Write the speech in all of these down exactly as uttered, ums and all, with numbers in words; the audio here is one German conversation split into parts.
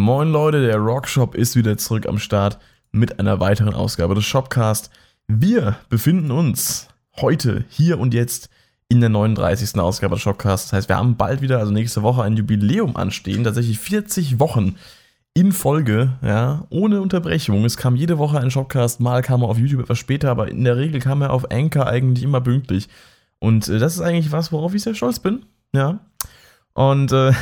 Moin Leute, der Rockshop ist wieder zurück am Start mit einer weiteren Ausgabe des Shopcast. Wir befinden uns heute, hier und jetzt in der neununddreißigsten Ausgabe des Shopcast. Das heißt, wir haben bald wieder, also nächste Woche, ein Jubiläum anstehen. Tatsächlich vierzig Wochen in Folge, ja, ohne Unterbrechung. Es kam jede Woche ein Shopcast, mal kam er auf YouTube etwas später, aber in der Regel kam er auf Anchor eigentlich immer pünktlich. Und äh, das ist eigentlich was, worauf ich sehr stolz bin, ja. Und äh,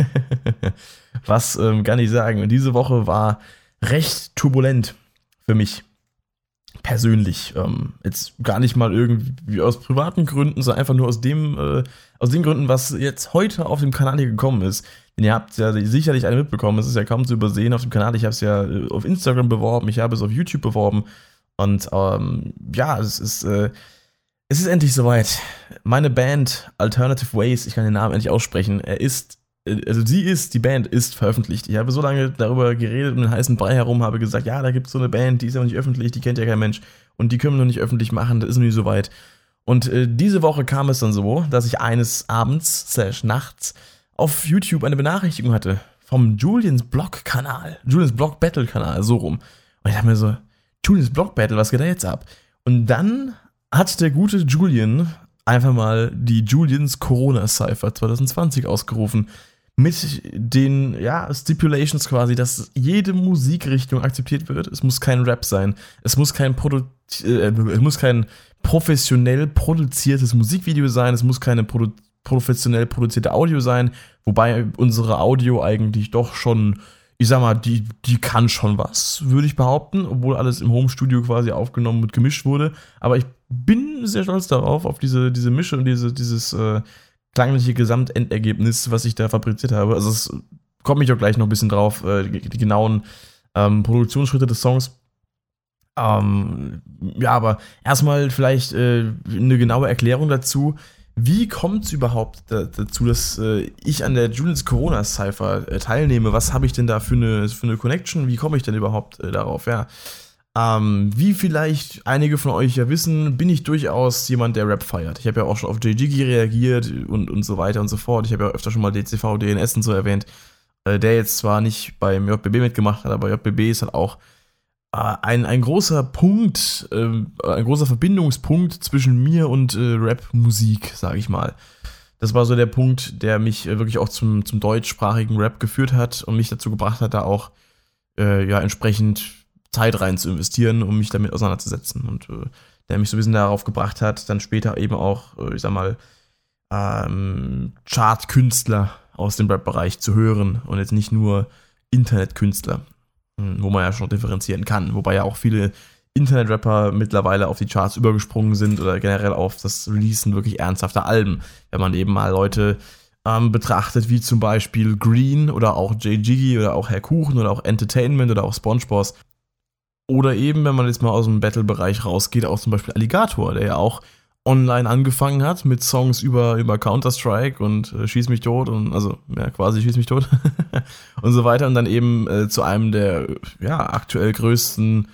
was ähm, kann ich sagen? Und diese Woche war recht turbulent für mich persönlich. Ähm, jetzt gar nicht mal irgendwie aus privaten Gründen, sondern einfach nur aus dem, äh, aus den Gründen, was jetzt heute auf dem Kanal hier gekommen ist. Denn ihr habt ja sicherlich alle mitbekommen, es ist ja kaum zu übersehen auf dem Kanal. Ich habe es ja äh, auf Instagram beworben, ich habe es auf YouTube beworben. Und ähm, ja, es ist, äh, es ist endlich soweit. Meine Band Alternative Ways, ich kann den Namen endlich aussprechen, er ist Also sie ist, die Band ist veröffentlicht. Ich habe so lange darüber geredet um den heißen Brei herum, habe gesagt, ja, da gibt es so eine Band, die ist ja noch nicht öffentlich, die kennt ja kein Mensch und die können wir noch nicht öffentlich machen, das ist noch nicht so weit. Und äh, diese Woche kam es dann so, dass ich eines Abends, slash nachts, auf YouTube eine Benachrichtigung hatte vom Julians Blog-Kanal, Julians Blog-Battle-Kanal, so rum. Und ich dachte mir so, Julians Blog-Battle, was geht da jetzt ab? Und dann hat der gute Julian einfach mal die Julians Corona-Cypher zwanzig zwanzig ausgerufen. Mit den ja, Stipulations quasi, dass jede Musikrichtung akzeptiert wird. Es muss kein Rap sein. Es muss kein, Produ- äh, es muss kein professionell produziertes Musikvideo sein. Es muss keine produ- professionell produzierte Audio sein. Wobei unsere Audio eigentlich doch schon, ich sag mal, die, die kann schon was, würde ich behaupten. Obwohl alles im Homestudio quasi aufgenommen und gemischt wurde. Aber ich bin sehr stolz darauf, auf diese, diese Mische und diese, dieses äh, klangliche Gesamtendergebnis, was ich da fabriziert habe. Also es komme ich auch gleich noch ein bisschen drauf, äh, die, die genauen ähm, Produktionsschritte des Songs. Ähm, ja, aber erstmal vielleicht äh, eine genaue Erklärung dazu. Wie kommt es überhaupt da, dazu, dass äh, ich an der Julians Corona-Cypher äh, teilnehme? Was habe ich denn da für eine, für eine Connection? Wie komme ich denn überhaupt äh, darauf? Ja. Ähm, wie vielleicht einige von euch ja wissen, bin ich durchaus jemand, der Rap feiert. Ich habe ja auch schon auf Jay Jiggy reagiert und, und so weiter und so fort. Ich habe ja öfter schon mal D C V, D N S und so erwähnt, äh, der jetzt zwar nicht beim J B B mitgemacht hat, aber J B B ist halt auch äh, ein, ein großer Punkt, äh, ein großer Verbindungspunkt zwischen mir und äh, Rap-Musik, sage ich mal. Das war so der Punkt, der mich äh, wirklich auch zum, zum deutschsprachigen Rap geführt hat und mich dazu gebracht hat, da auch äh, ja entsprechend Zeit rein zu investieren, um mich damit auseinanderzusetzen. Und äh, der mich so ein bisschen darauf gebracht hat, dann später eben auch, äh, ich sag mal, ähm, Chartkünstler aus dem Rap-Bereich zu hören und jetzt nicht nur Internetkünstler, wo man ja schon differenzieren kann. Wobei ja auch viele Internet-Rapper mittlerweile auf die Charts übergesprungen sind oder generell auf das Releasen wirklich ernsthafter Alben. Wenn man eben mal Leute ähm, betrachtet, wie zum Beispiel Green oder auch Jay Jiggy oder auch Herr Kuchen oder auch Entertainment oder auch SpongeBoss. Oder eben, wenn man jetzt mal aus dem Battle-Bereich rausgeht, auch zum Beispiel Alligator, der ja auch online angefangen hat mit Songs über, über Counter-Strike und äh, Schieß mich tot und also ja quasi Schieß mich tot und so weiter und dann eben äh, zu einem der ja aktuell größten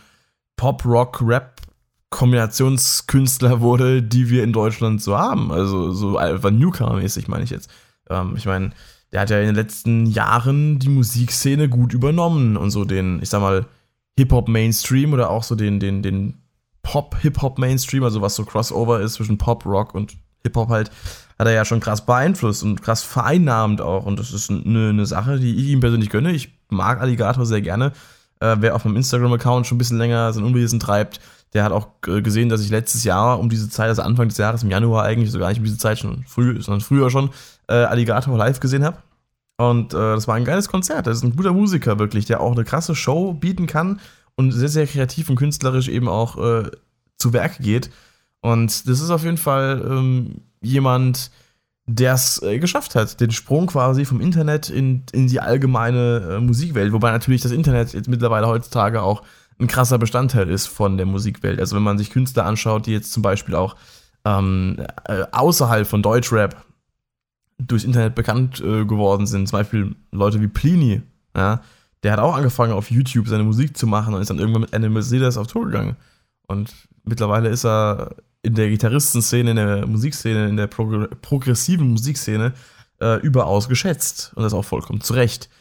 Pop-Rock-Rap-Kombinationskünstler wurde, die wir in Deutschland so haben. Also so einfach Newcomer-mäßig meine ich jetzt. Ähm, ich meine, der hat ja in den letzten Jahren die Musikszene gut übernommen und so den, ich sag mal, Hip-Hop-Mainstream oder auch so den, den, den Pop-Hip-Hop-Mainstream, also was so Crossover ist zwischen Pop, Rock und Hip-Hop halt, hat er ja schon krass beeinflusst und krass vereinnahmt auch. Und das ist eine, eine Sache, die ich ihm persönlich gönne. Ich mag Alligator sehr gerne. Äh, wer auf meinem Instagram-Account schon ein bisschen länger sein Unwesen treibt, der hat auch äh, gesehen, dass ich letztes Jahr um diese Zeit, also Anfang des Jahres, im Januar eigentlich, sogar nicht um diese Zeit, schon früh, sondern früher schon, äh, Alligator live gesehen habe. Und äh, das war ein geiles Konzert. Das ist ein guter Musiker wirklich, der auch eine krasse Show bieten kann und sehr, sehr kreativ und künstlerisch eben auch äh, zu Werke geht. Und das ist auf jeden Fall ähm, jemand, der es äh, geschafft hat, den Sprung quasi vom Internet in, in die allgemeine äh, Musikwelt. Wobei natürlich das Internet jetzt mittlerweile heutzutage auch ein krasser Bestandteil ist von der Musikwelt. Also wenn man sich Künstler anschaut, die jetzt zum Beispiel auch ähm, äh, außerhalb von Deutschrap durchs Internet bekannt äh, geworden sind, zum Beispiel Leute wie Plini, ja, der hat auch angefangen auf YouTube seine Musik zu machen und ist dann irgendwann mit Animal Mercedes auf Tour gegangen. Und mittlerweile ist er in der Gitarristenszene, in der Musikszene, in der progr- progressiven Musikszene äh, überaus geschätzt und das auch vollkommen zu Recht.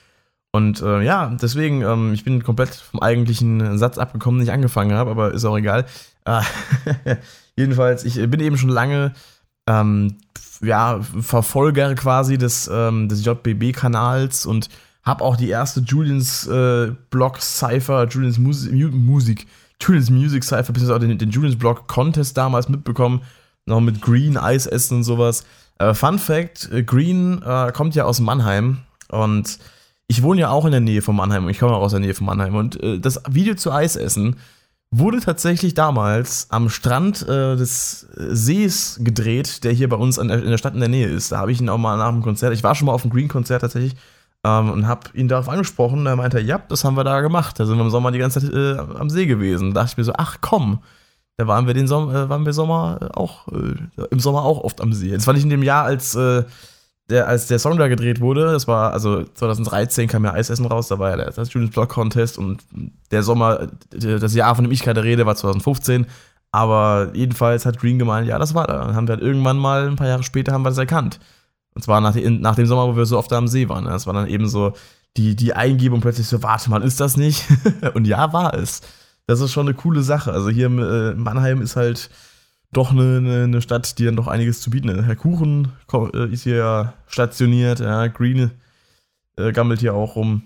Und äh, ja, deswegen, ähm, ich bin komplett vom eigentlichen Satz abgekommen, den ich angefangen habe, aber ist auch egal. Äh, jedenfalls, ich bin eben schon lange ähm, ja, Verfolger quasi des, ähm, des J B B-Kanals und habe auch die erste Julians äh, Blog Cypher, Julians Musik, Musik, Julians Music Cypher, beziehungsweise auch den, den Julians Blog Contest damals mitbekommen, noch mit Green, Eis essen und sowas. Äh, Fun Fact, Green äh, kommt ja aus Mannheim und ich wohne ja auch in der Nähe von Mannheim und ich komme auch aus der Nähe von Mannheim und äh, das Video zu Eis essen wurde tatsächlich damals am Strand äh, des Sees gedreht, der hier bei uns an der, in der Stadt in der Nähe ist. Da habe ich ihn auch mal nach dem Konzert, ich war schon mal auf dem Green-Konzert tatsächlich, ähm, und habe ihn darauf angesprochen. Da meinte er, ja, das haben wir da gemacht. Da sind wir im Sommer die ganze Zeit äh, am See gewesen. Da dachte ich mir so, ach komm, da waren wir den Sommer, äh, waren wir Sommer auch, äh, im Sommer auch oft am See. Jetzt war ich in dem Jahr, als äh, Der, als der Song da gedreht wurde, das war, also zwanzig dreizehn kam ja Eis essen raus, da war ja der, das Julians Blog Contest und der Sommer, das Jahr, von dem ich gerade rede, war zwanzig fünfzehn, aber jedenfalls hat Green gemeint, ja, das war da. Dann haben wir halt irgendwann mal, ein paar Jahre später, haben wir das erkannt. Und zwar nach, nach dem Sommer, wo wir so oft da am See waren. Das war dann eben so die, die Eingebung plötzlich so, warte mal, ist das nicht? Und ja, war es. Das ist schon eine coole Sache. Also hier in äh, Mannheim ist halt doch eine, eine, eine Stadt, die dann doch einiges zu bieten hat. Herr Kuchen äh, ist hier ja stationiert, ja, Green äh, gammelt hier auch rum.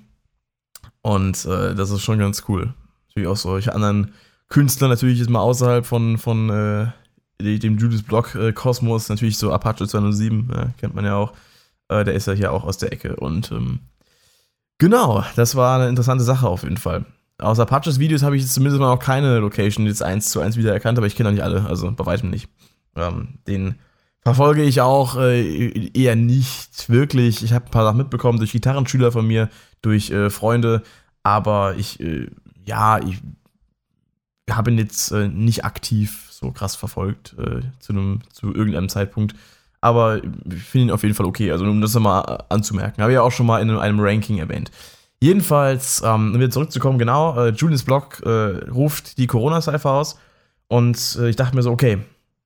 Und äh, das ist schon ganz cool. Natürlich auch solche anderen Künstler, natürlich ist mal außerhalb von, von äh, dem Julius Blog äh, Kosmos, natürlich so Apache zweihundertsieben, ja, kennt man ja auch. Äh, der ist ja hier auch aus der Ecke. Und ähm, genau, das war eine interessante Sache auf jeden Fall. Aus Apaches Videos habe ich jetzt zumindest mal noch keine Location jetzt eins zu eins wiedererkannt, aber ich kenne auch nicht alle, also bei weitem nicht. Ähm, den verfolge ich auch äh, eher nicht wirklich. Ich habe ein paar Sachen mitbekommen durch Gitarrenschüler von mir, durch äh, Freunde, aber ich, äh, ja, ich habe ihn jetzt äh, nicht aktiv so krass verfolgt äh, zu, einem, zu irgendeinem Zeitpunkt. Aber ich finde ihn auf jeden Fall okay, also um das mal anzumerken. Habe ich ja auch schon mal in einem Ranking erwähnt. Jedenfalls, ähm, um wieder zurückzukommen, genau, äh, Julians Blog äh, ruft die Corona-Cypher aus und äh, ich dachte mir so, okay,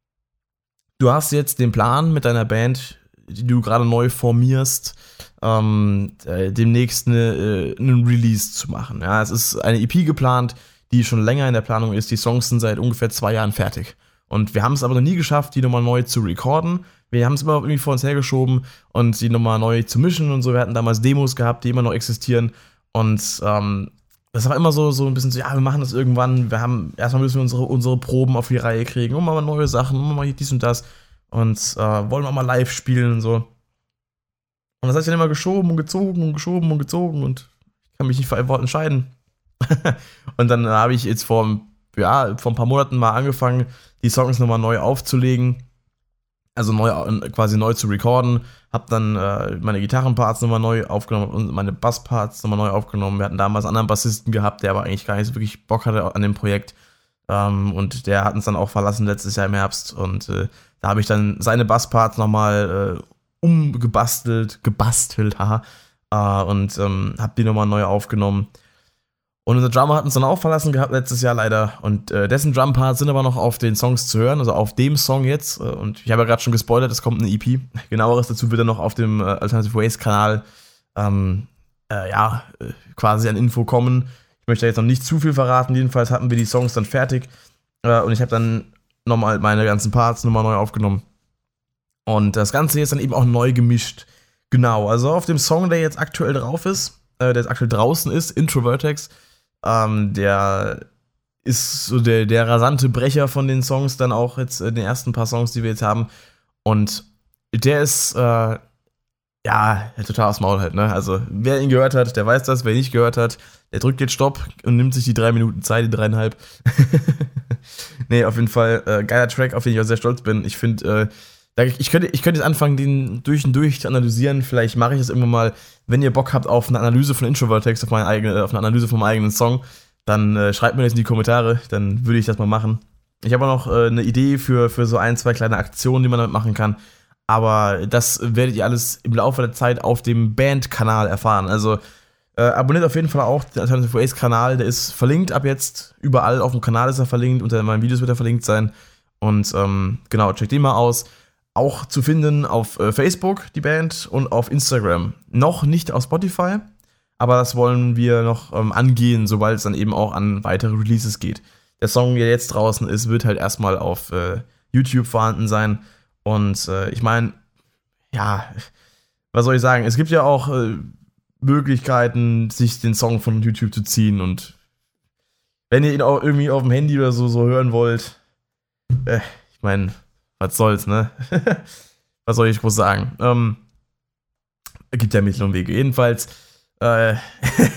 du hast jetzt den Plan mit deiner Band, die du gerade neu formierst, ähm, äh, demnächst eine, äh, einen Release zu machen. Ja, es ist eine E P geplant, die schon länger in der Planung ist. Die Songs sind seit ungefähr zwei Jahren fertig. Und wir haben es aber noch nie geschafft, die nochmal neu zu recorden. Wir haben es immer irgendwie vor uns hergeschoben und die nochmal neu zu mischen und so. Wir hatten damals Demos gehabt, die immer noch existieren. Und ähm, das war immer so, so ein bisschen so, ja, wir machen das irgendwann. Wir haben, erstmal müssen wir unsere, unsere Proben auf die Reihe kriegen. Und mal neue Sachen, und mal dies und das. Und äh, wollen wir mal live spielen und so. Und das hat sich dann immer geschoben und gezogen und geschoben und gezogen. Und ich kann mich nicht für ein Wort entscheiden. Und dann habe ich jetzt vor, ja, vor ein paar Monaten mal angefangen, die Songs nochmal neu aufzulegen. Also neu, quasi neu zu recorden. Hab dann äh, meine Gitarrenparts nochmal neu aufgenommen und meine Bassparts nochmal neu aufgenommen. Wir hatten damals einen anderen Bassisten gehabt, der aber eigentlich gar nicht so wirklich Bock hatte an dem Projekt. Ähm, und der hat uns dann auch verlassen letztes Jahr im Herbst. Und äh, da habe ich dann seine Bassparts nochmal äh, umgebastelt, gebastelt, haha. Äh, und ähm, hab die nochmal neu aufgenommen. Und unser Drummer hat uns dann auch verlassen gehabt letztes Jahr leider. Und äh, dessen Drumparts sind aber noch auf den Songs zu hören, also auf dem Song jetzt. Und ich habe ja gerade schon gespoilert, es kommt eine E P. Genaueres dazu wird dann noch auf dem äh, Alternative Ways Kanal ähm, äh, ja, äh, quasi an Info kommen. Ich möchte jetzt noch nicht zu viel verraten. Jedenfalls hatten wir die Songs dann fertig. Äh, und ich habe dann nochmal meine ganzen Parts nochmal neu aufgenommen. Und das Ganze ist dann eben auch neu gemischt. Genau, also auf dem Song, der jetzt aktuell drauf ist, äh, der jetzt aktuell draußen ist, Introvertex, Ähm, der ist so der, der rasante Brecher von den Songs, dann auch jetzt äh, den ersten paar Songs, die wir jetzt haben. Und der ist, äh, ja, total aufs Maul halt, ne? Also, wer ihn gehört hat, der weiß das. Wer ihn nicht gehört hat, der drückt jetzt Stopp und nimmt sich die drei Minuten Zeit, die dreieinhalb. Nee, auf jeden Fall äh, geiler Track, auf den ich auch sehr stolz bin. Ich finde, äh, ich könnte, ich könnte jetzt anfangen, den durch und durch zu analysieren. Vielleicht mache ich das irgendwann mal. Wenn ihr Bock habt auf eine Analyse von Introvertex, auf, meine eigene, auf eine Analyse von meinem eigenen Song, dann äh, schreibt mir das in die Kommentare, dann würde ich das mal machen. Ich habe auch noch äh, eine Idee für, für so ein, zwei kleine Aktionen, die man damit machen kann. Aber das werdet ihr alles im Laufe der Zeit auf dem Band-Kanal erfahren. Also äh, abonniert auf jeden Fall auch den Alternative Ways-Kanal. Der ist verlinkt ab jetzt. Überall auf dem Kanal ist er verlinkt. Unter meinen Videos wird er verlinkt sein. Und ähm, genau, checkt den mal aus. Auch zu finden auf äh, Facebook, die Band, und auf Instagram. Noch nicht auf Spotify, aber das wollen wir noch ähm, angehen, sobald es dann eben auch an weitere Releases geht. Der Song, der jetzt draußen ist, wird halt erstmal auf äh, YouTube vorhanden sein. Und äh, ich meine, ja, was soll ich sagen? Es gibt ja auch äh, Möglichkeiten, sich den Song von YouTube zu ziehen. Und wenn ihr ihn auch irgendwie auf dem Handy oder so, so hören wollt, äh, ich meine, was soll's, ne? Was soll ich groß sagen? Ähm, gibt ja Mittel und Wege. Jedenfalls, äh, ich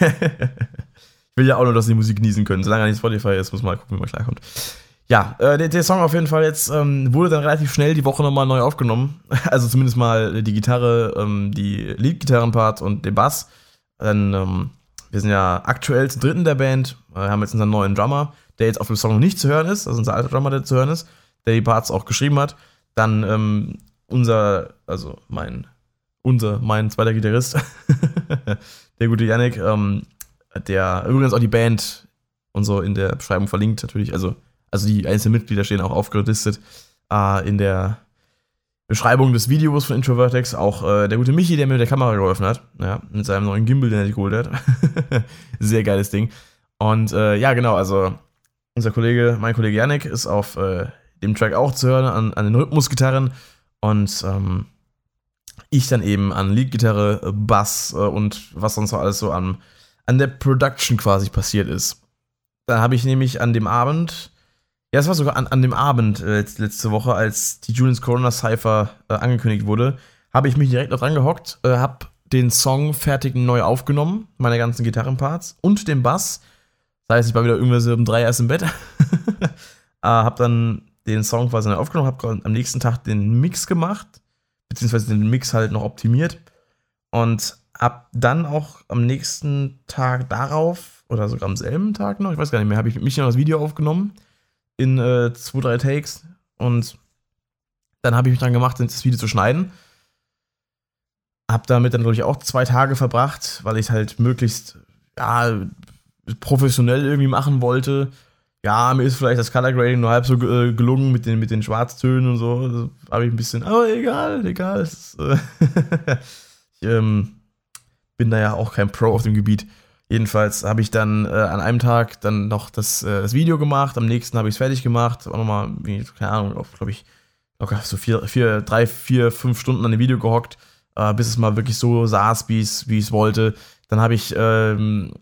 will ja auch nur, dass die Musik genießen können. Solange er nicht Spotify ist, muss man mal gucken, wie man klarkommt. Ja, äh, der, der Song auf jeden Fall jetzt ähm, wurde dann relativ schnell die Woche nochmal neu aufgenommen. Also zumindest mal die Gitarre, ähm, die Lead-Gitarrenpart und den Bass. Dann, ähm, wir sind ja aktuell zu dritt in der Band, äh, haben jetzt unseren neuen Drummer, der jetzt auf dem Song noch nicht zu hören ist, also unser alter Drummer, der zu hören ist, der die Parts auch geschrieben hat. Dann ähm, unser, also mein, unser, mein zweiter Gitarrist, der gute Yannick, ähm, der übrigens auch die Band und so in der Beschreibung verlinkt natürlich, also, also die einzelnen Mitglieder stehen auch aufgelistet äh, in der Beschreibung des Videos von Introvertex, auch äh, der gute Michi, der mir mit der Kamera geholfen hat, ja, mit seinem neuen Gimbal, den er sich geholt hat. Sehr geiles Ding. Und äh, ja, genau, also unser Kollege, mein Kollege Yannick ist auf äh, dem Track auch zu hören, an, an den Rhythmusgitarren und ähm, ich dann eben an Leadgitarre, Bass äh, und was sonst noch alles so an, an der Production quasi passiert ist. Dann habe ich nämlich an dem Abend, ja, es war sogar an, an dem Abend äh, letzte Woche, als die Julian's Corona Cypher äh, angekündigt wurde, habe ich mich direkt noch dran gehockt, äh, habe den Song fertig neu aufgenommen, meine ganzen Gitarrenparts und den Bass. Das heißt, ich war wieder irgendwie so um drei erst im Bett. äh, habe dann den Song quasi neu aufgenommen, habe am nächsten Tag den Mix gemacht, beziehungsweise den Mix halt noch optimiert und habe dann auch am nächsten Tag darauf, oder sogar am selben Tag noch, ich weiß gar nicht mehr, habe ich mit Michi noch das Video aufgenommen in äh, zwei, drei Takes und dann habe ich mich dran gemacht, das Video zu schneiden. Hab damit dann natürlich auch zwei Tage verbracht, weil ich halt möglichst ja, professionell irgendwie machen wollte. Ja, mir ist vielleicht das Color Grading nur halb so äh, gelungen mit den, mit den Schwarztönen und so. Da habe ich ein bisschen, aber egal, egal. Ist, äh ich ähm, bin da ja auch kein Pro auf dem Gebiet. Jedenfalls habe ich dann äh, an einem Tag dann noch das, äh, das Video gemacht, am nächsten habe ich es fertig gemacht, auch nochmal, keine Ahnung, glaube ich, locker so vier, vier, drei, vier, fünf Stunden an dem Video gehockt, äh, bis es mal wirklich so saß, wie ich es wollte. Dann habe ich, ähm,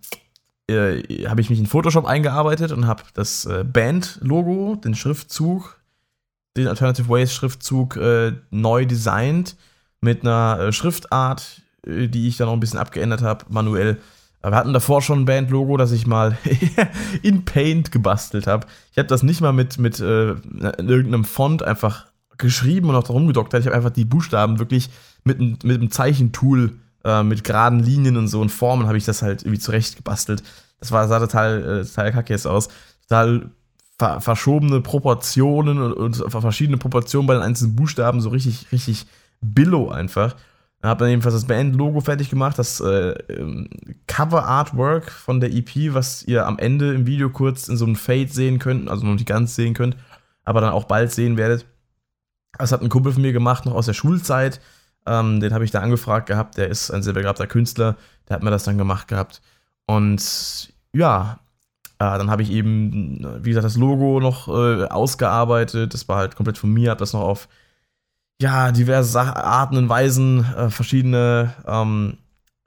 äh, habe ich mich in Photoshop eingearbeitet und habe das äh, Band-Logo, den Schriftzug, den Alternative Ways Schriftzug äh, neu designt mit einer äh, Schriftart, äh, die ich dann noch ein bisschen abgeändert habe, manuell. Wir hatten davor schon ein Band-Logo, das ich mal in Paint gebastelt habe. Ich habe das nicht mal mit, mit äh, irgendeinem Font einfach geschrieben und auch darum gedockt. Ich habe einfach die Buchstaben wirklich mit, mit einem Zeichentool, äh, mit geraden Linien und so und Formen habe ich das halt irgendwie zurecht gebastelt. Das war, sah total, äh, total kacke jetzt aus. Total ver- verschobene Proportionen und, und verschiedene Proportionen bei den einzelnen Buchstaben, so richtig, richtig billow einfach. Habe dann jedenfalls das Band-Logo fertig gemacht, das äh, Cover-Artwork von der E P, was ihr am Ende im Video kurz in so einem Fade sehen könnt, also noch nicht ganz sehen könnt, aber dann auch bald sehen werdet. Das hat ein Kumpel von mir gemacht, noch aus der Schulzeit. Ähm, den habe ich da angefragt gehabt, der ist ein sehr begabter Künstler, der hat mir das dann gemacht gehabt. Und ja, äh, dann habe ich eben, wie gesagt, das Logo noch äh, ausgearbeitet, das war halt komplett von mir, habe das noch auf ja, diverse Sach- Arten und Weisen, äh, verschiedene ähm,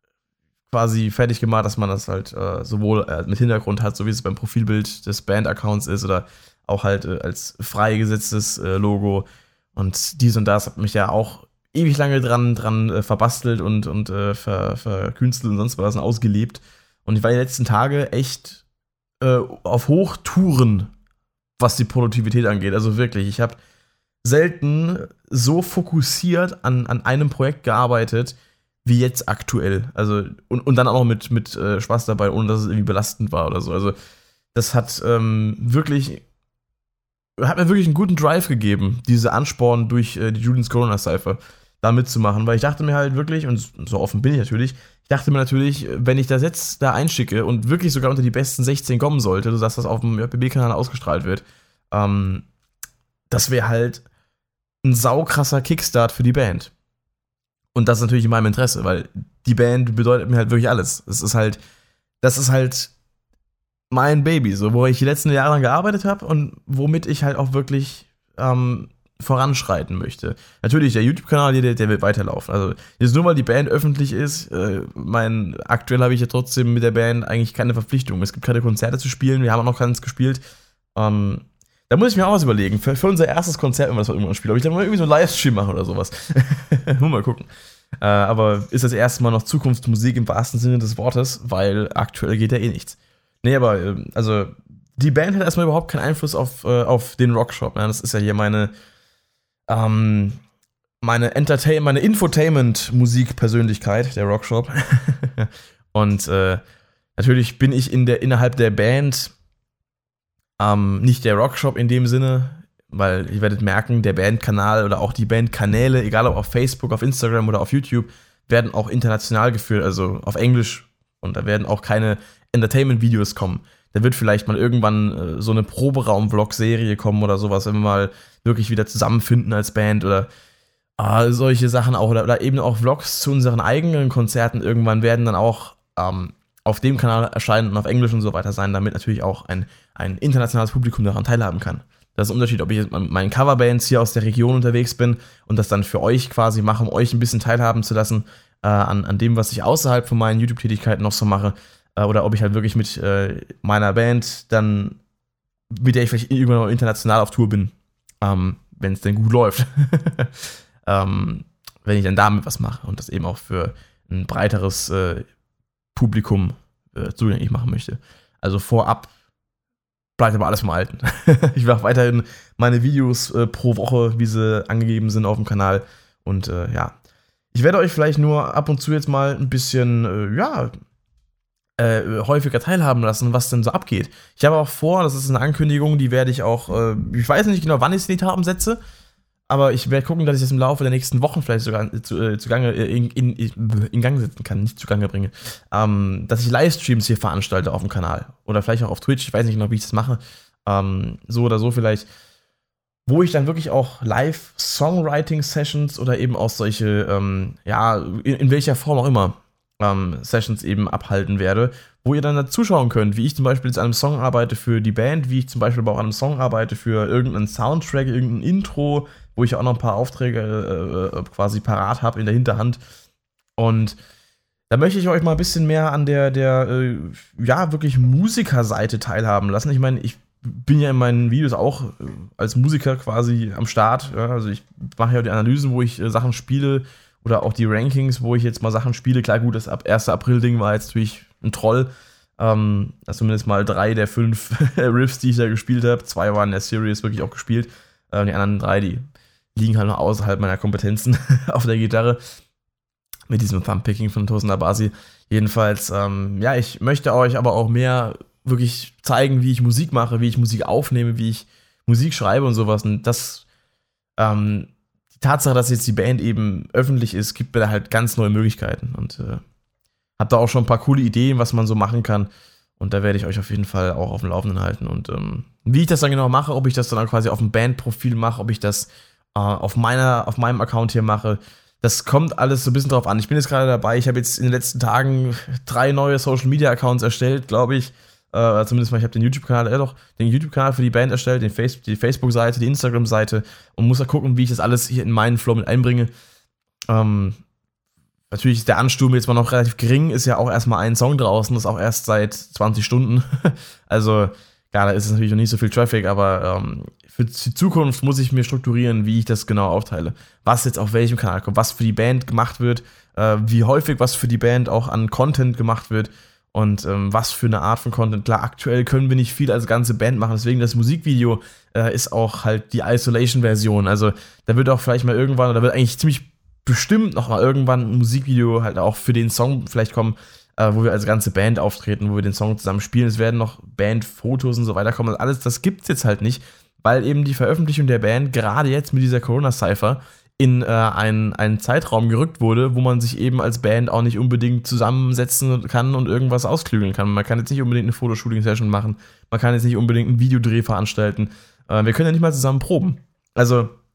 quasi fertig gemacht, dass man das halt äh, sowohl äh, mit Hintergrund hat, so wie es beim Profilbild des Band-Accounts ist oder auch halt äh, als freigesetztes äh, Logo und dies und das hat mich ja auch ewig lange dran, dran äh, verbastelt und, und äh, ver, verkünstelt und sonst was und ausgelebt und ich war die letzten Tage echt äh, auf Hochtouren, was die Produktivität angeht, also wirklich, ich habe selten so fokussiert an, an einem Projekt gearbeitet, wie jetzt aktuell. Also, und, und dann auch noch mit, mit äh, Spaß dabei, ohne dass es irgendwie belastend war oder so. Also, das hat ähm, wirklich, hat mir wirklich einen guten Drive gegeben, diese Ansporn durch äh, die Julian's Corona Cypher da mitzumachen, weil ich dachte mir halt wirklich, und so offen bin ich natürlich, ich dachte mir natürlich, wenn ich das jetzt da einschicke und wirklich sogar unter die besten sechzehn kommen sollte, sodass das auf dem J P B-Kanal ausgestrahlt wird, ähm, das wäre halt ein saukrasser Kickstart für die Band. Und das ist natürlich in meinem Interesse, weil die Band bedeutet mir halt wirklich alles. Es ist halt, das ist halt mein Baby, so, wo ich die letzten Jahre lang gearbeitet habe und womit ich halt auch wirklich ähm, voranschreiten möchte. Natürlich, der YouTube-Kanal, der, der wird weiterlaufen. Also jetzt nur, weil die Band öffentlich ist, äh, mein, aktuell habe ich ja trotzdem mit der Band eigentlich keine Verpflichtung. Es gibt keine Konzerte zu spielen, wir haben auch noch keins gespielt. Ähm, da muss ich mir auch was überlegen. Für, für unser erstes Konzert, wenn wir das mal irgendwann spielen, ob ich da mal irgendwie so einen Livestream mache oder sowas. Mal gucken. Äh, aber ist das erste Mal noch Zukunftsmusik im wahrsten Sinne des Wortes, weil aktuell geht ja eh nichts. Nee, aber äh, also die Band hat erstmal überhaupt keinen Einfluss auf, äh, auf den Rockshop. Ja, das ist ja hier meine ähm, meine Entertain meine Infotainment-Musik-Persönlichkeit, der Rockshop. Und äh, natürlich bin ich in der, innerhalb der Band ähm, nicht der Rockshop in dem Sinne, weil ihr werdet merken, der Bandkanal oder auch die Bandkanäle, egal ob auf Facebook, auf Instagram oder auf YouTube, werden auch international geführt, also auf Englisch. Und da werden auch keine Entertainment-Videos kommen. Da wird vielleicht mal irgendwann äh, so eine Proberaum-Vlog-Serie kommen oder sowas, wenn wir mal wirklich wieder zusammenfinden als Band oder äh, solche Sachen auch. Oder, oder eben auch Vlogs zu unseren eigenen Konzerten irgendwann werden dann auch ähm, auf dem Kanal erscheinen und auf Englisch und so weiter sein, damit natürlich auch ein, ein internationales Publikum daran teilhaben kann. Das ist ein Unterschied, ob ich jetzt mit meinen Coverbands hier aus der Region unterwegs bin und das dann für euch quasi mache, um euch ein bisschen teilhaben zu lassen äh, an, an dem, was ich außerhalb von meinen YouTube-Tätigkeiten noch so mache, äh, oder ob ich halt wirklich mit äh, meiner Band dann, mit der ich vielleicht irgendwann noch international auf Tour bin, ähm, wenn es denn gut läuft. ähm, wenn ich dann damit was mache und das eben auch für ein breiteres äh, Publikum äh, zugänglich machen möchte. Also vorab bleibt aber alles vom Alten. Ich mache weiterhin meine Videos äh, pro Woche, wie sie angegeben sind auf dem Kanal. Und äh, ja, ich werde euch vielleicht nur ab und zu jetzt mal ein bisschen, äh, ja, äh, häufiger teilhaben lassen, was denn so abgeht. Ich habe auch vor, das ist eine Ankündigung, die werde ich auch, äh, ich weiß nicht genau, wann ich sie in die Tat umsetze, aber ich werde gucken, dass ich das im Laufe der nächsten Wochen vielleicht sogar zu, äh, zugange, äh, in, in, in Gang setzen kann, nicht zugange bringe. Ähm, dass ich Livestreams hier veranstalte auf dem Kanal. Oder vielleicht auch auf Twitch, ich weiß nicht genau, wie ich das mache. Ähm, so oder so vielleicht. Wo ich dann wirklich auch Live-Songwriting-Sessions oder eben auch solche, ähm, ja, in, in welcher Form auch immer, ähm, Sessions eben abhalten werde, wo ihr dann da zuschauen könnt, wie ich zum Beispiel jetzt an einem Song arbeite für die Band, wie ich zum Beispiel aber auch an einem Song arbeite für irgendeinen Soundtrack, irgendein Intro, wo ich auch noch ein paar Aufträge äh, quasi parat habe in der Hinterhand. Und da möchte ich euch mal ein bisschen mehr an der, der äh, ja, wirklich Musikerseite teilhaben lassen. Ich meine, ich bin ja in meinen Videos auch äh, als Musiker quasi am Start. Ja? Also ich mache ja die Analysen, wo ich äh, Sachen spiele oder auch die Rankings, wo ich jetzt mal Sachen spiele. Klar, gut, das ab ersten April-Ding war jetzt natürlich ein Troll. Ähm, also zumindest mal drei der fünf Riffs, die ich da gespielt habe. Zwei waren in der Series wirklich auch gespielt. Äh, die anderen drei, die liegen halt noch außerhalb meiner Kompetenzen auf der Gitarre. Mit diesem Thumbpicking von Tosin Abasi. Jedenfalls, ähm, ja, ich möchte euch aber auch mehr wirklich zeigen, wie ich Musik mache, wie ich Musik aufnehme, wie ich Musik schreibe und sowas. Und das, ähm, die Tatsache, dass jetzt die Band eben öffentlich ist, gibt mir da halt ganz neue Möglichkeiten. Und äh, hab da auch schon ein paar coole Ideen, was man so machen kann. Und da werde ich euch auf jeden Fall auch auf dem Laufenden halten. Und ähm, wie ich das dann genau mache, ob ich das dann quasi auf dem Bandprofil mache, ob ich das äh, auf meiner, auf meinem Account hier mache, das kommt alles so ein bisschen drauf an. Ich bin jetzt gerade dabei, ich habe jetzt in den letzten Tagen drei neue Social-Media-Accounts erstellt, glaube ich. Äh, zumindest mal, ich habe den YouTube-Kanal, äh, doch, den YouTube-Kanal für die Band erstellt, den Face- die Facebook-Seite, die Instagram-Seite und muss da gucken, wie ich das alles hier in meinen Flow mit einbringe. Ähm, natürlich ist der Ansturm jetzt mal noch relativ gering, ist ja auch erstmal ein Song draußen, das ist auch erst seit zwanzig Stunden. Also, ja, da ist es natürlich noch nicht so viel Traffic, aber ähm, für die Zukunft muss ich mir strukturieren, wie ich das genau aufteile. Was jetzt auf welchem Kanal kommt, was für die Band gemacht wird, äh, wie häufig was für die Band auch an Content gemacht wird und ähm, was für eine Art von Content. Klar, aktuell können wir nicht viel als ganze Band machen, deswegen das Musikvideo äh, ist auch halt die Isolation-Version. Also da wird auch vielleicht mal irgendwann, oder da wird eigentlich ziemlich bestimmt noch mal irgendwann ein Musikvideo halt auch für den Song vielleicht kommen, äh, wo wir als ganze Band auftreten, wo wir den Song zusammen spielen. Es werden noch Bandfotos und so weiter kommen. Alles, das gibt's jetzt halt nicht, weil eben die Veröffentlichung der Band gerade jetzt mit dieser Corona-Cypher in äh, einen, einen Zeitraum gerückt wurde, wo man sich eben als Band auch nicht unbedingt zusammensetzen kann und irgendwas ausklügeln kann. Man kann jetzt nicht unbedingt eine Fotoshooting-Session machen, man kann jetzt nicht unbedingt einen Videodreh veranstalten. Äh, wir können ja nicht mal zusammen proben. Also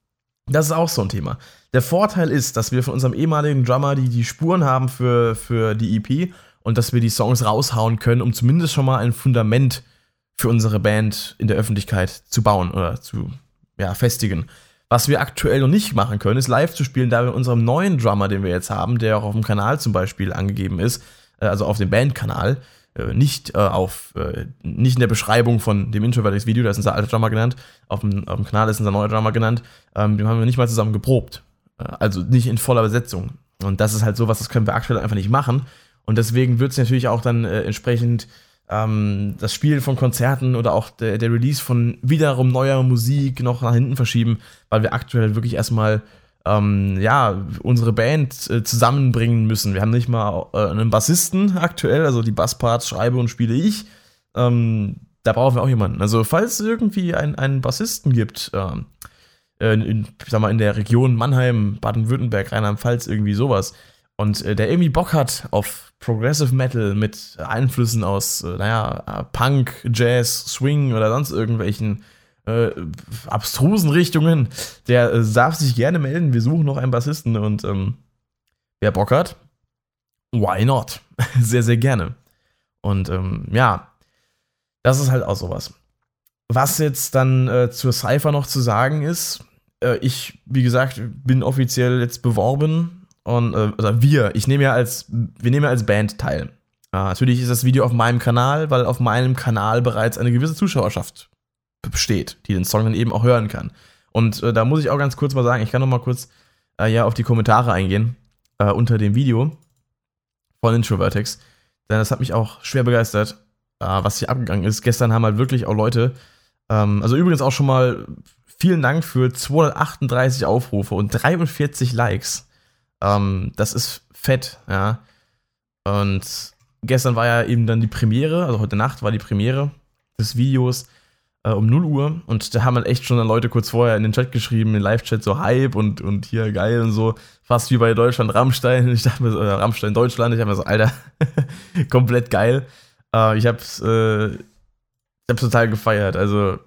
Das ist auch so ein Thema. Der Vorteil ist, dass wir von unserem ehemaligen Drummer die, die Spuren haben für, für die E P und dass wir die Songs raushauen können, um zumindest schon mal ein Fundament für unsere Band in der Öffentlichkeit zu bauen oder zu ja, festigen. Was wir aktuell noch nicht machen können, ist live zu spielen, da wir unserem neuen Drummer, den wir jetzt haben, der auch auf dem Kanal zum Beispiel angegeben ist, also auf dem Bandkanal, nicht äh, auf, äh, nicht in der Beschreibung von dem Introvertix-Video, da ist unser alter Drummer genannt, auf dem, auf dem Kanal ist unser neuer Drummer genannt, ähm, den haben wir nicht mal zusammen geprobt. Äh, also nicht in voller Besetzung. Und das ist halt sowas, das können wir aktuell einfach nicht machen. Und deswegen wird es natürlich auch dann äh, entsprechend ähm, das Spielen von Konzerten oder auch der, der Release von wiederum neuer Musik noch nach hinten verschieben, weil wir aktuell wirklich erstmal Ähm, ja, unsere Band äh, zusammenbringen müssen. Wir haben nicht mal äh, einen Bassisten aktuell, also die Bassparts schreibe und spiele ich. Ähm, da brauchen wir auch jemanden. Also falls es irgendwie ein, einen Bassisten gibt, ähm, in, in, ich sag mal, in der Region Mannheim, Baden-Württemberg, Rheinland-Pfalz, irgendwie sowas, und äh, der irgendwie Bock hat auf Progressive Metal mit Einflüssen aus, äh, naja, Punk, Jazz, Swing oder sonst irgendwelchen Äh, abstrusen Richtungen, der äh, darf sich gerne melden. Wir suchen noch einen Bassisten und ähm, wer Bock hat, why not? Sehr, sehr gerne. Und ähm, ja, das ist halt auch sowas. Was jetzt dann äh, zur Cypher noch zu sagen ist, äh, ich, wie gesagt, bin offiziell jetzt beworben und äh, also wir, ich nehme ja als, wir nehmen ja als Band teil. Äh, natürlich ist das Video auf meinem Kanal, weil auf meinem Kanal bereits eine gewisse Zuschauerschaft besteht, die den Song dann eben auch hören kann. Und äh, da muss ich auch ganz kurz mal sagen, ich kann noch mal kurz äh, ja, auf die Kommentare eingehen äh, unter dem Video von Introvertix, denn das hat mich auch schwer begeistert, äh, was hier abgegangen ist. Gestern haben halt wirklich auch Leute, ähm, also übrigens auch schon mal vielen Dank für zweihundertachtunddreißig Aufrufe und dreiundvierzig Likes. Ähm, das ist fett, ja. Und gestern war ja eben dann die Premiere, also heute Nacht war die Premiere des Videos um null Uhr und da haben halt echt schon dann Leute kurz vorher in den Chat geschrieben, in den Live-Chat so Hype und, und hier geil und so, fast wie bei Deutschland Rammstein, ich dachte mir so, äh, Rammstein Deutschland, ich dachte mir so, Alter, komplett geil. Äh, ich hab's, äh, ich hab's total gefeiert, also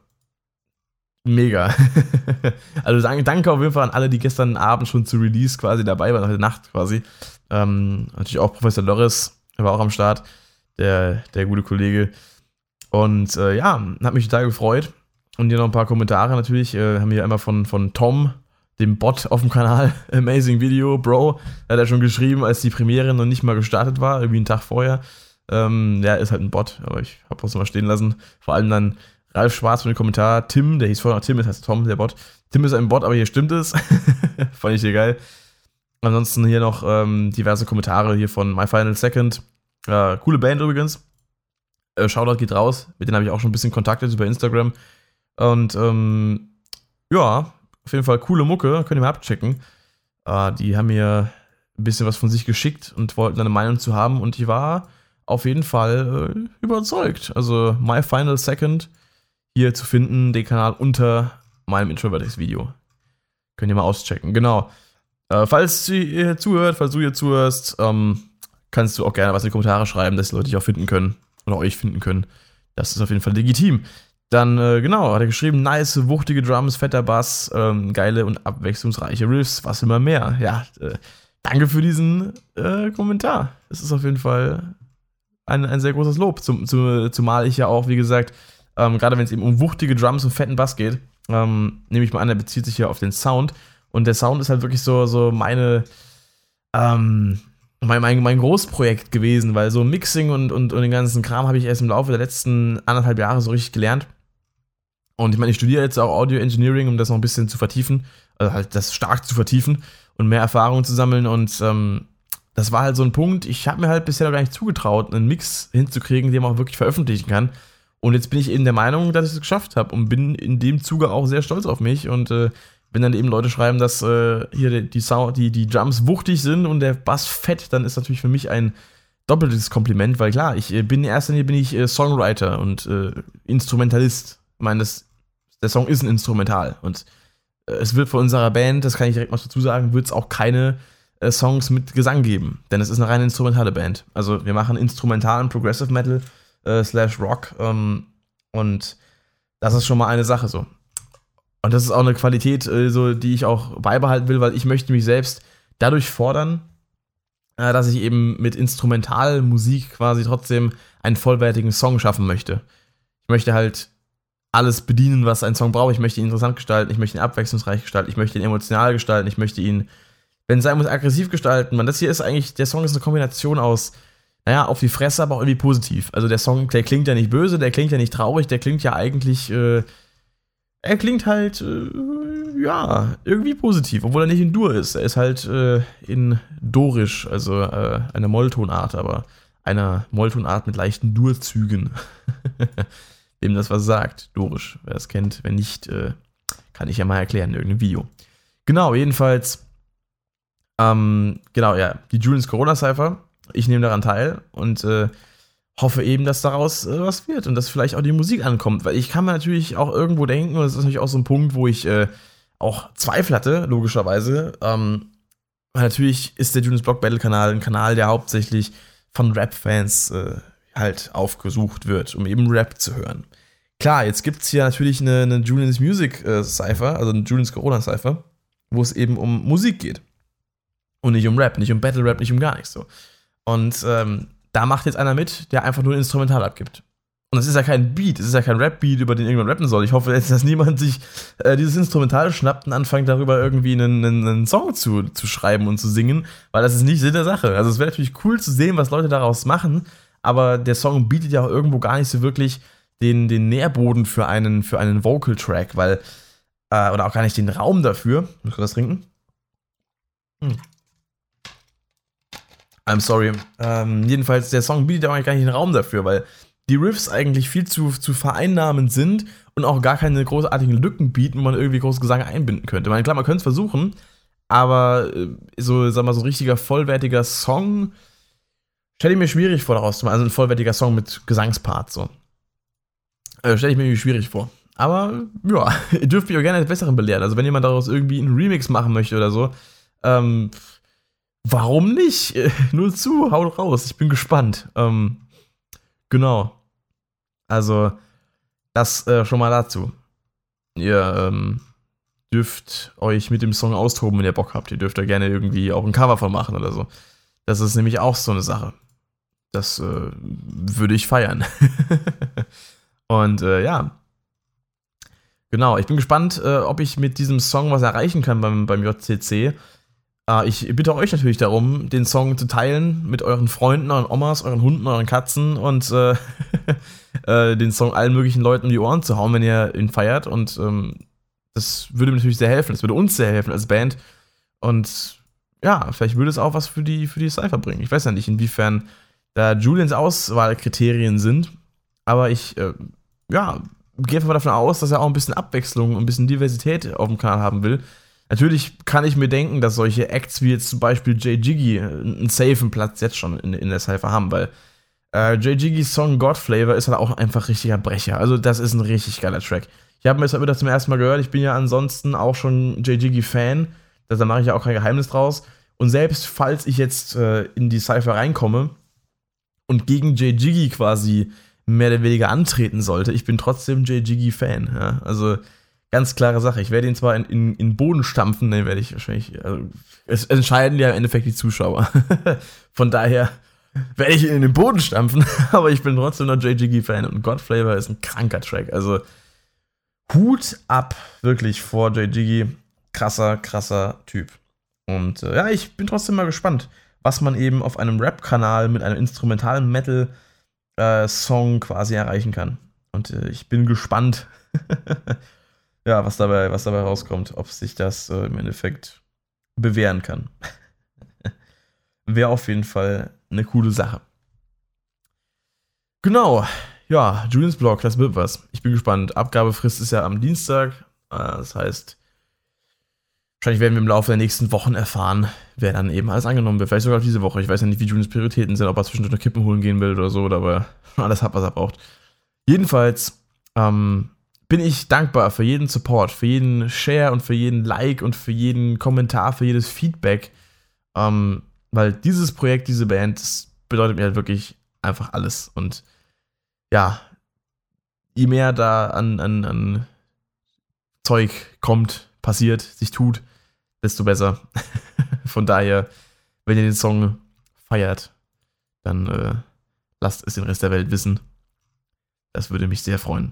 mega. Also danke, danke auf jeden Fall an alle, die gestern Abend schon zu Release quasi dabei waren, heute Nacht quasi. Ähm, natürlich auch Professor Loris, der war auch am Start, der, der gute Kollege. Und äh, ja, hat mich total gefreut. Und hier noch ein paar Kommentare natürlich. Äh, haben wir einmal von, von Tom, dem Bot auf dem Kanal. Amazing Video, Bro. Da hat er schon geschrieben, als die Premiere noch nicht mal gestartet war, irgendwie einen Tag vorher. Ähm, ja, ist halt ein Bot, aber ich habe es mal stehen lassen. Vor allem dann Ralf Schwarz mit dem Kommentar. Tim, der hieß vorher noch Tim, das heißt Tom, der Bot. Tim ist ein Bot, aber hier stimmt es. Fand ich hier geil. Ansonsten hier noch ähm, diverse Kommentare hier von My Final Second. Äh, coole Band übrigens. Shoutout geht raus, mit denen habe ich auch schon ein bisschen Kontakt über Instagram. Und ähm, ja, auf jeden Fall coole Mucke, könnt ihr mal abchecken. Äh, die haben mir ein bisschen was von sich geschickt und wollten eine Meinung zu haben und ich war auf jeden Fall äh, überzeugt. Also My Final Second hier zu finden, den Kanal unter meinem Introvertix-Video. Könnt ihr mal auschecken, genau. Äh, falls ihr zuhört, falls du hier zuhörst, ähm, kannst du auch gerne was in die Kommentare schreiben, dass die Leute dich auch finden können. Oder euch finden können. Das ist auf jeden Fall legitim. Dann, äh, genau, hat er geschrieben, nice, wuchtige Drums, fetter Bass, ähm, geile und abwechslungsreiche Riffs, was immer mehr. Ja, äh, danke für diesen äh, Kommentar. Das ist auf jeden Fall ein, ein sehr großes Lob. Zum, zum, zumal ich ja auch, wie gesagt, ähm, gerade wenn es eben um wuchtige Drums und fetten Bass geht, ähm, nehme ich mal an, der bezieht sich ja auf den Sound. Und der Sound ist halt wirklich so, so meine, ähm, Mein, mein, mein Großprojekt gewesen, weil so Mixing und, und, und den ganzen Kram habe ich erst im Laufe der letzten anderthalb Jahre so richtig gelernt. Und ich meine, ich studiere jetzt auch Audio Engineering, um das noch ein bisschen zu vertiefen, also halt das stark zu vertiefen und mehr Erfahrung zu sammeln. Und ähm, das war halt so ein Punkt, ich habe mir halt bisher noch gar nicht zugetraut, einen Mix hinzukriegen, den man auch wirklich veröffentlichen kann. Und jetzt bin ich eben der Meinung, dass ich es geschafft habe und bin in dem Zuge auch sehr stolz auf mich und äh, wenn dann eben Leute schreiben, dass äh, hier die, die, Sound, die, die Drums wuchtig sind und der Bass fett, dann ist natürlich für mich ein doppeltes Kompliment, weil klar, ich äh, bin in erster Linie bin ich äh, Songwriter und äh, Instrumentalist. Ich meine, das, der Song ist ein Instrumental und äh, es wird von unserer Band, das kann ich direkt mal dazu sagen, wird es auch keine äh, Songs mit Gesang geben, denn es ist eine reine instrumentale Band. Also wir machen instrumentalen Progressive Metal äh, slash Rock ähm, und das ist schon mal eine Sache so. Und das ist auch eine Qualität, äh, so, die ich auch beibehalten will, weil ich möchte mich selbst dadurch fordern, äh, dass ich eben mit Instrumentalmusik quasi trotzdem einen vollwertigen Song schaffen möchte. Ich möchte halt alles bedienen, was ein Song braucht. Ich möchte ihn interessant gestalten, ich möchte ihn abwechslungsreich gestalten, ich möchte ihn emotional gestalten, ich möchte ihn, wenn es sein muss, aggressiv gestalten. Man, das hier ist eigentlich, der Song ist eine Kombination aus, naja, auf die Fresse, aber auch irgendwie positiv. Also der Song, der klingt ja nicht böse, der klingt ja nicht traurig, der klingt ja eigentlich, äh, er klingt halt, äh, ja, irgendwie positiv, obwohl er nicht in Dur ist. Er ist halt äh, in Dorisch, also äh, einer Molltonart, aber einer Molltonart mit leichten Durzügen. Wem das was sagt, Dorisch. Wer es kennt, wenn nicht, äh, kann ich ja mal erklären in irgendeinem Video. Genau, jedenfalls, ähm, genau, ja, die Julians Corona-Cypher. Ich nehme daran teil und äh, hoffe eben, dass daraus äh, was wird und dass vielleicht auch die Musik ankommt, weil ich kann mir natürlich auch irgendwo denken, und das ist natürlich auch so ein Punkt, wo ich äh, auch Zweifel hatte, logischerweise. Ähm, weil natürlich ist der Julians Blog Battle Kanal ein Kanal, der hauptsächlich von Rap-Fans äh, halt aufgesucht wird, um eben Rap zu hören. Klar, jetzt gibt es hier natürlich eine, eine Julians Music äh, Cypher, also eine Julians Corona Cypher, wo es eben um Musik geht. Und nicht um Rap, nicht um Battle Rap, nicht um gar nichts so. Und ähm, da macht jetzt einer mit, der einfach nur ein Instrumental abgibt. Und das ist ja kein Beat, es ist ja kein Rap-Beat, über den irgendwann rappen soll. Ich hoffe jetzt, dass niemand sich äh, dieses Instrumental schnappt und anfängt, darüber irgendwie einen, einen, einen Song zu, zu schreiben und zu singen, weil das ist nicht Sinn der Sache. Also es wäre natürlich cool zu sehen, was Leute daraus machen, aber der Song bietet ja auch irgendwo gar nicht so wirklich den, den Nährboden für einen, für einen Vocal-Track, weil, äh, oder auch gar nicht den Raum dafür. Muss ich das trinken? Hm. I'm sorry. Ähm, jedenfalls, der Song bietet ja auch gar nicht den Raum dafür, weil die Riffs eigentlich viel zu, zu vereinnahmend sind und auch gar keine großartigen Lücken bieten, wo man irgendwie groß Gesang einbinden könnte. Ich meine, klar, man könnte es versuchen, aber äh, so, sag mal, so ein richtiger, vollwertiger Song stelle ich mir schwierig vor, daraus zu machen. Also ein vollwertiger Song mit Gesangspart, so. Äh, stelle ich mir irgendwie schwierig vor. Aber, ja, ihr dürft mich auch gerne als Besseren belehren. Also wenn jemand daraus irgendwie einen Remix machen möchte oder so, ähm, warum nicht? Nur zu, haut raus, ich bin gespannt. Ähm, genau. Also, das äh, schon mal dazu. Ihr ähm, dürft euch mit dem Song austoben, wenn ihr Bock habt. Ihr dürft da gerne irgendwie auch ein Cover von machen oder so. Das ist nämlich auch so eine Sache. Das äh, würde ich feiern. Und äh, ja. Genau, ich bin gespannt, äh, ob ich mit diesem Song was erreichen kann beim, beim J C C. Ich bitte euch natürlich darum, den Song zu teilen mit euren Freunden, euren Omas, euren Hunden, euren Katzen und äh, äh, den Song allen möglichen Leuten um die Ohren zu hauen, wenn ihr ihn feiert. Und ähm, das würde mir natürlich sehr helfen. Das würde uns sehr helfen als Band. Und ja, vielleicht würde es auch was für die, für die Cypher bringen. Ich weiß ja nicht, inwiefern da Julians Auswahlkriterien sind. Aber ich, äh, ja, gehe einfach davon aus, dass er auch ein bisschen Abwechslung und ein bisschen Diversität auf dem Kanal haben will. Natürlich kann ich mir denken, dass solche Acts wie jetzt zum Beispiel Jay Jiggy einen safen Platz jetzt schon in, in der Cypher haben, weil äh, Jay Jiggys Song God Flavor ist halt auch einfach richtiger Brecher. Also das ist ein richtig geiler Track. Ich habe mir das heute Mittag zum ersten Mal gehört. Ich bin ja ansonsten auch schon Jay Jiggy Fan. Da mache ich ja auch kein Geheimnis draus. Und selbst falls ich jetzt äh, in die Cypher reinkomme und gegen Jay Jiggy quasi mehr oder weniger antreten sollte, ich bin trotzdem Jay Jiggy Fan. Ja? Also ganz klare Sache. Ich werde ihn zwar in, in, in Boden stampfen, dann werde ich wahrscheinlich. Also, es entscheiden ja im Endeffekt die Zuschauer. Von daher werde ich ihn in den Boden stampfen, aber ich bin trotzdem noch Jay Jiggy-Fan und God Flavor ist ein kranker Track. Also Hut ab, wirklich vor Jay Jiggy. Krasser, krasser Typ. Und äh, ja, ich bin trotzdem mal gespannt, was man eben auf einem Rap-Kanal mit einem instrumentalen Metal-Song äh, quasi erreichen kann. Und äh, ich bin gespannt. Ja, was dabei, was dabei rauskommt, ob sich das äh, im Endeffekt bewähren kann. Wäre auf jeden Fall eine coole Sache. Genau, ja, Julians Blog, das wird was. Ich bin gespannt. Abgabefrist ist ja am Dienstag. Äh, das heißt, wahrscheinlich werden wir im Laufe der nächsten Wochen erfahren, wer dann eben alles angenommen wird. Vielleicht sogar diese Woche. Ich weiß ja nicht, wie Julians Prioritäten sind, ob er zwischendurch noch Kippen holen gehen will oder so, aber alles hat, was er braucht. Jedenfalls, ähm, bin ich dankbar für jeden Support, für jeden Share und für jeden Like und für jeden Kommentar, für jedes Feedback. Ähm, weil dieses Projekt, diese Band, das bedeutet mir halt wirklich einfach alles. Und ja, je mehr da an, an, an Zeug kommt, passiert, sich tut, desto besser. Von daher, wenn ihr den Song feiert, dann äh, lasst es den Rest der Welt wissen. Das würde mich sehr freuen.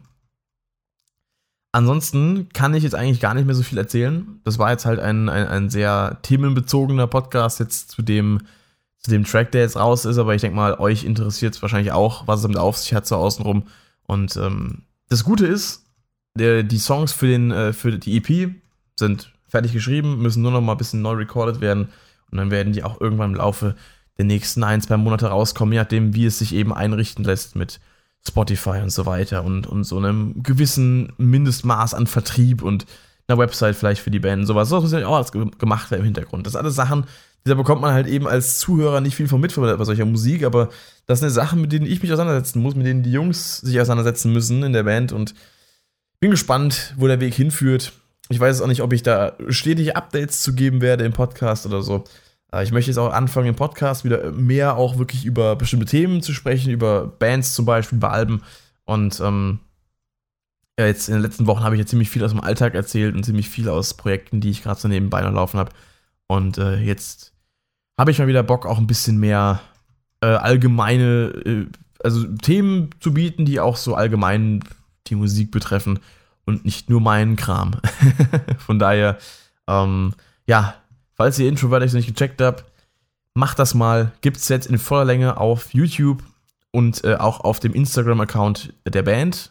Ansonsten kann ich jetzt eigentlich gar nicht mehr so viel erzählen. Das war jetzt halt ein, ein, ein sehr themenbezogener Podcast jetzt zu dem, zu dem Track, der jetzt raus ist. Aber ich denke mal, euch interessiert es wahrscheinlich auch, was es damit auf sich hat so außenrum. Und ähm, das Gute ist, der, die Songs für, den, äh, für die E P sind fertig geschrieben, müssen nur noch mal ein bisschen neu recorded werden. Und dann werden die auch irgendwann im Laufe der nächsten ein, zwei Monate rauskommen, je nachdem, wie es sich eben einrichten lässt mit Spotify und so weiter und, und so einem gewissen Mindestmaß an Vertrieb und einer Website vielleicht für die Band und sowas. Das muss ja auch alles gemacht werden im Hintergrund. Das sind alles Sachen, da bekommt man halt eben als Zuhörer nicht viel von mit bei solcher Musik, aber das sind Sachen, mit denen ich mich auseinandersetzen muss, mit denen die Jungs sich auseinandersetzen müssen in der Band und bin gespannt, wo der Weg hinführt. Ich weiß auch nicht, ob ich da stetig Updates zu geben werde im Podcast oder so. Ich möchte jetzt auch anfangen, im Podcast wieder mehr auch wirklich über bestimmte Themen zu sprechen, über Bands zum Beispiel, über Alben. Und ähm, ja, jetzt in den letzten Wochen habe ich ja ziemlich viel aus dem Alltag erzählt und ziemlich viel aus Projekten, die ich gerade so nebenbei noch laufen habe. Und äh, jetzt habe ich mal wieder Bock, auch ein bisschen mehr äh, allgemeine, äh, also Themen zu bieten, die auch so allgemein die Musik betreffen und nicht nur meinen Kram. Von daher, ähm, ja, falls ihr Introvertics nicht gecheckt habt, macht das mal. Gibt es jetzt in voller Länge auf YouTube und äh, auch auf dem Instagram-Account der Band,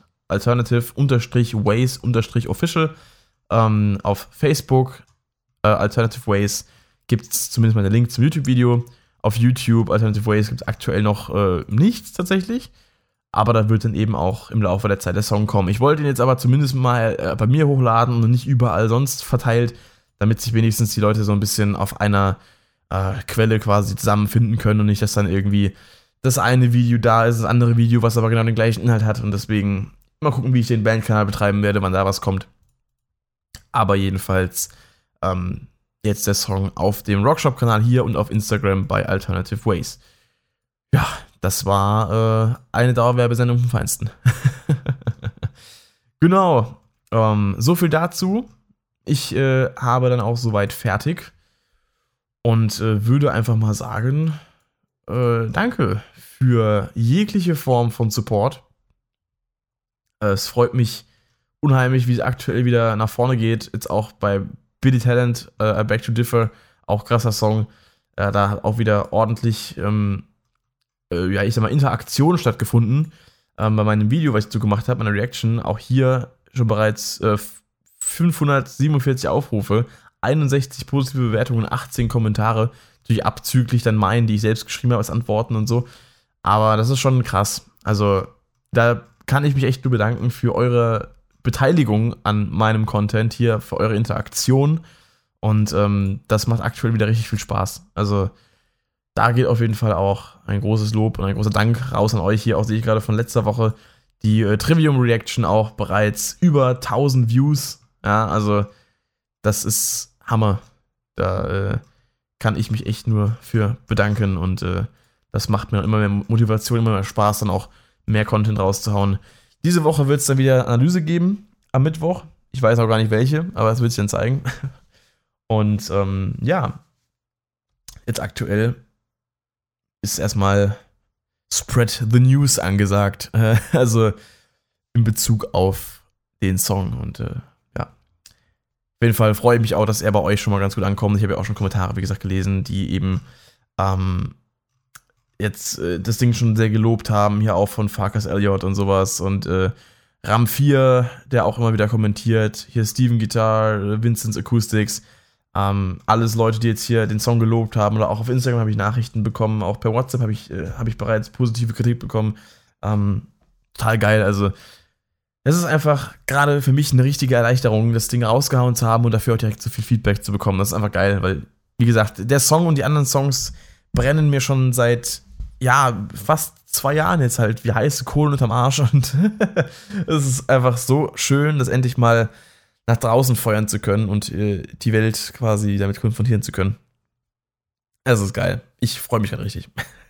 alternative-ways-official. Ähm, auf Facebook, äh, Alternative Ways, gibt es zumindest mal den Link zum YouTube-Video. Auf YouTube, Alternative Ways, gibt es aktuell noch äh, nichts tatsächlich. Aber da wird dann eben auch im Laufe der Zeit der Song kommen. Ich wollte ihn jetzt aber zumindest mal äh, bei mir hochladen und nicht überall sonst verteilt, damit sich wenigstens die Leute so ein bisschen auf einer äh, Quelle quasi zusammenfinden können und nicht, dass dann irgendwie das eine Video da ist, das andere Video, was aber genau den gleichen Inhalt hat und deswegen mal gucken, wie ich den Bandkanal betreiben werde, wann da was kommt. Aber jedenfalls ähm, jetzt der Song auf dem Rockshop-Kanal hier und auf Instagram bei Alternative Ways. Ja, das war äh, eine Dauerwerbesendung vom Feinsten. Genau, ähm, so viel dazu. Ich äh, habe dann auch soweit fertig und äh, würde einfach mal sagen, äh, danke für jegliche Form von Support. Äh, es freut mich unheimlich, wie es aktuell wieder nach vorne geht. Jetzt auch bei Billy Talent, äh, I Beg to Differ, auch krasser Song. Äh, da hat auch wieder ordentlich, ähm, äh, ja, ich sag mal, Interaktion stattgefunden. Ähm, bei meinem Video, was ich dazu gemacht habe, meiner Reaction, auch hier schon bereits äh, fünfhundertsiebenundvierzig Aufrufe, einundsechzig positive Bewertungen, achtzehn Kommentare, natürlich abzüglich dann meinen, die ich selbst geschrieben habe, als Antworten und so. Aber das ist schon krass. Also da kann ich mich echt nur bedanken für eure Beteiligung an meinem Content hier, für eure Interaktion. Und ähm, das macht aktuell wieder richtig viel Spaß. Also da geht auf jeden Fall auch ein großes Lob und ein großer Dank raus an euch hier. Auch sehe ich gerade von letzter Woche die äh, Trivium-Reaction auch bereits über tausend Views. Ja, also das ist Hammer. Da äh, kann ich mich echt nur für bedanken und äh, das macht mir immer mehr Motivation, immer mehr Spaß, dann auch mehr Content rauszuhauen. Diese Woche wird es dann wieder Analyse geben, am Mittwoch. Ich weiß auch gar nicht welche, aber das wird sich dann zeigen. Und ähm, ja, jetzt aktuell ist erstmal Spread the News angesagt. Äh, also in Bezug auf den Song und äh, auf jeden Fall freue ich mich auch, dass er bei euch schon mal ganz gut ankommt. Ich habe ja auch schon Kommentare, wie gesagt, gelesen, die eben ähm, jetzt äh, das Ding schon sehr gelobt haben. Hier auch von Farkas Elliott und sowas. Und äh, Ram vier, der auch immer wieder kommentiert. Hier Steven Guitar, Vincent's Acoustics. Ähm, alles Leute, die jetzt hier den Song gelobt haben. Oder auch auf Instagram habe ich Nachrichten bekommen. Auch per WhatsApp habe ich, äh, hab ich bereits positive Kritik bekommen. Ähm, total geil. Also es ist einfach gerade für mich eine richtige Erleichterung, das Ding rausgehauen zu haben und dafür auch direkt so viel Feedback zu bekommen. Das ist einfach geil, weil, wie gesagt, der Song und die anderen Songs brennen mir schon seit, ja, fast zwei Jahren jetzt halt wie heiße Kohlen unterm Arsch und es ist einfach so schön, das endlich mal nach draußen feuern zu können und äh, die Welt quasi damit konfrontieren zu können. Es ist geil. Ich freue mich gerade richtig.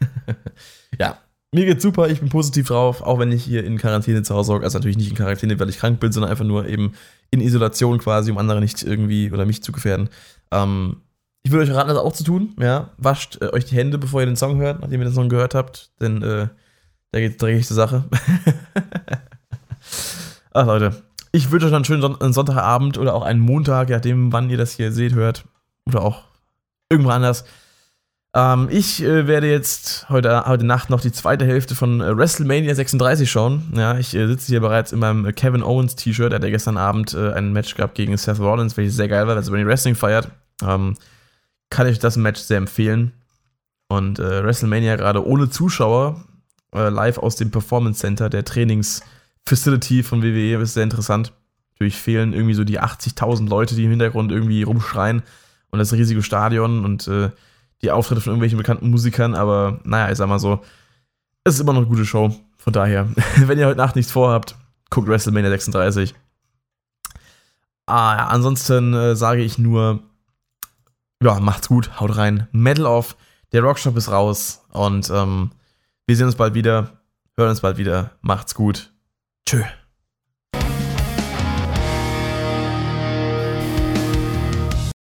Ja. Mir geht's super, ich bin positiv drauf, auch wenn ich hier in Quarantäne zu Hause hocke. Also natürlich nicht in Quarantäne, weil ich krank bin, sondern einfach nur eben in Isolation quasi, um andere nicht irgendwie oder mich zu gefährden. Ähm, ich würde euch raten, das auch zu tun. Ja, wascht äh, euch die Hände, bevor ihr den Song hört, nachdem ihr den Song gehört habt, denn äh, da geht es dreckig zur Sache. Ach Leute, ich wünsche euch noch einen schönen Son- einen Sonntagabend oder auch einen Montag, je nachdem, wann ihr das hier seht, hört. Oder auch irgendwo anders. Ähm, ich äh, werde jetzt heute, heute Nacht noch die zweite Hälfte von äh, WrestleMania sechsunddreißig schauen. Ja, ich äh, sitze hier bereits in meinem äh, Kevin Owens T-Shirt. Er hat ja gestern Abend äh, ein Match gehabt gegen Seth Rollins, welches sehr geil war, weil er Sony Wrestling feiert. Ähm, kann ich euch das Match sehr empfehlen. Und äh, WrestleMania gerade ohne Zuschauer, äh, live aus dem Performance Center, der Trainingsfacility von W W E, ist sehr interessant. Natürlich fehlen irgendwie so die achtzigtausend Leute, die im Hintergrund irgendwie rumschreien und das riesige Stadion und äh, die Auftritte von irgendwelchen bekannten Musikern, aber naja, ich sag mal so, es ist immer noch eine gute Show. Von daher, wenn ihr heute Nacht nichts vorhabt, guckt WrestleMania sechsunddreißig. Ah ja, ansonsten äh, sage ich nur, ja, macht's gut, haut rein, Medal off, der Rockshop ist raus und ähm, wir sehen uns bald wieder, hören uns bald wieder, macht's gut, tschö.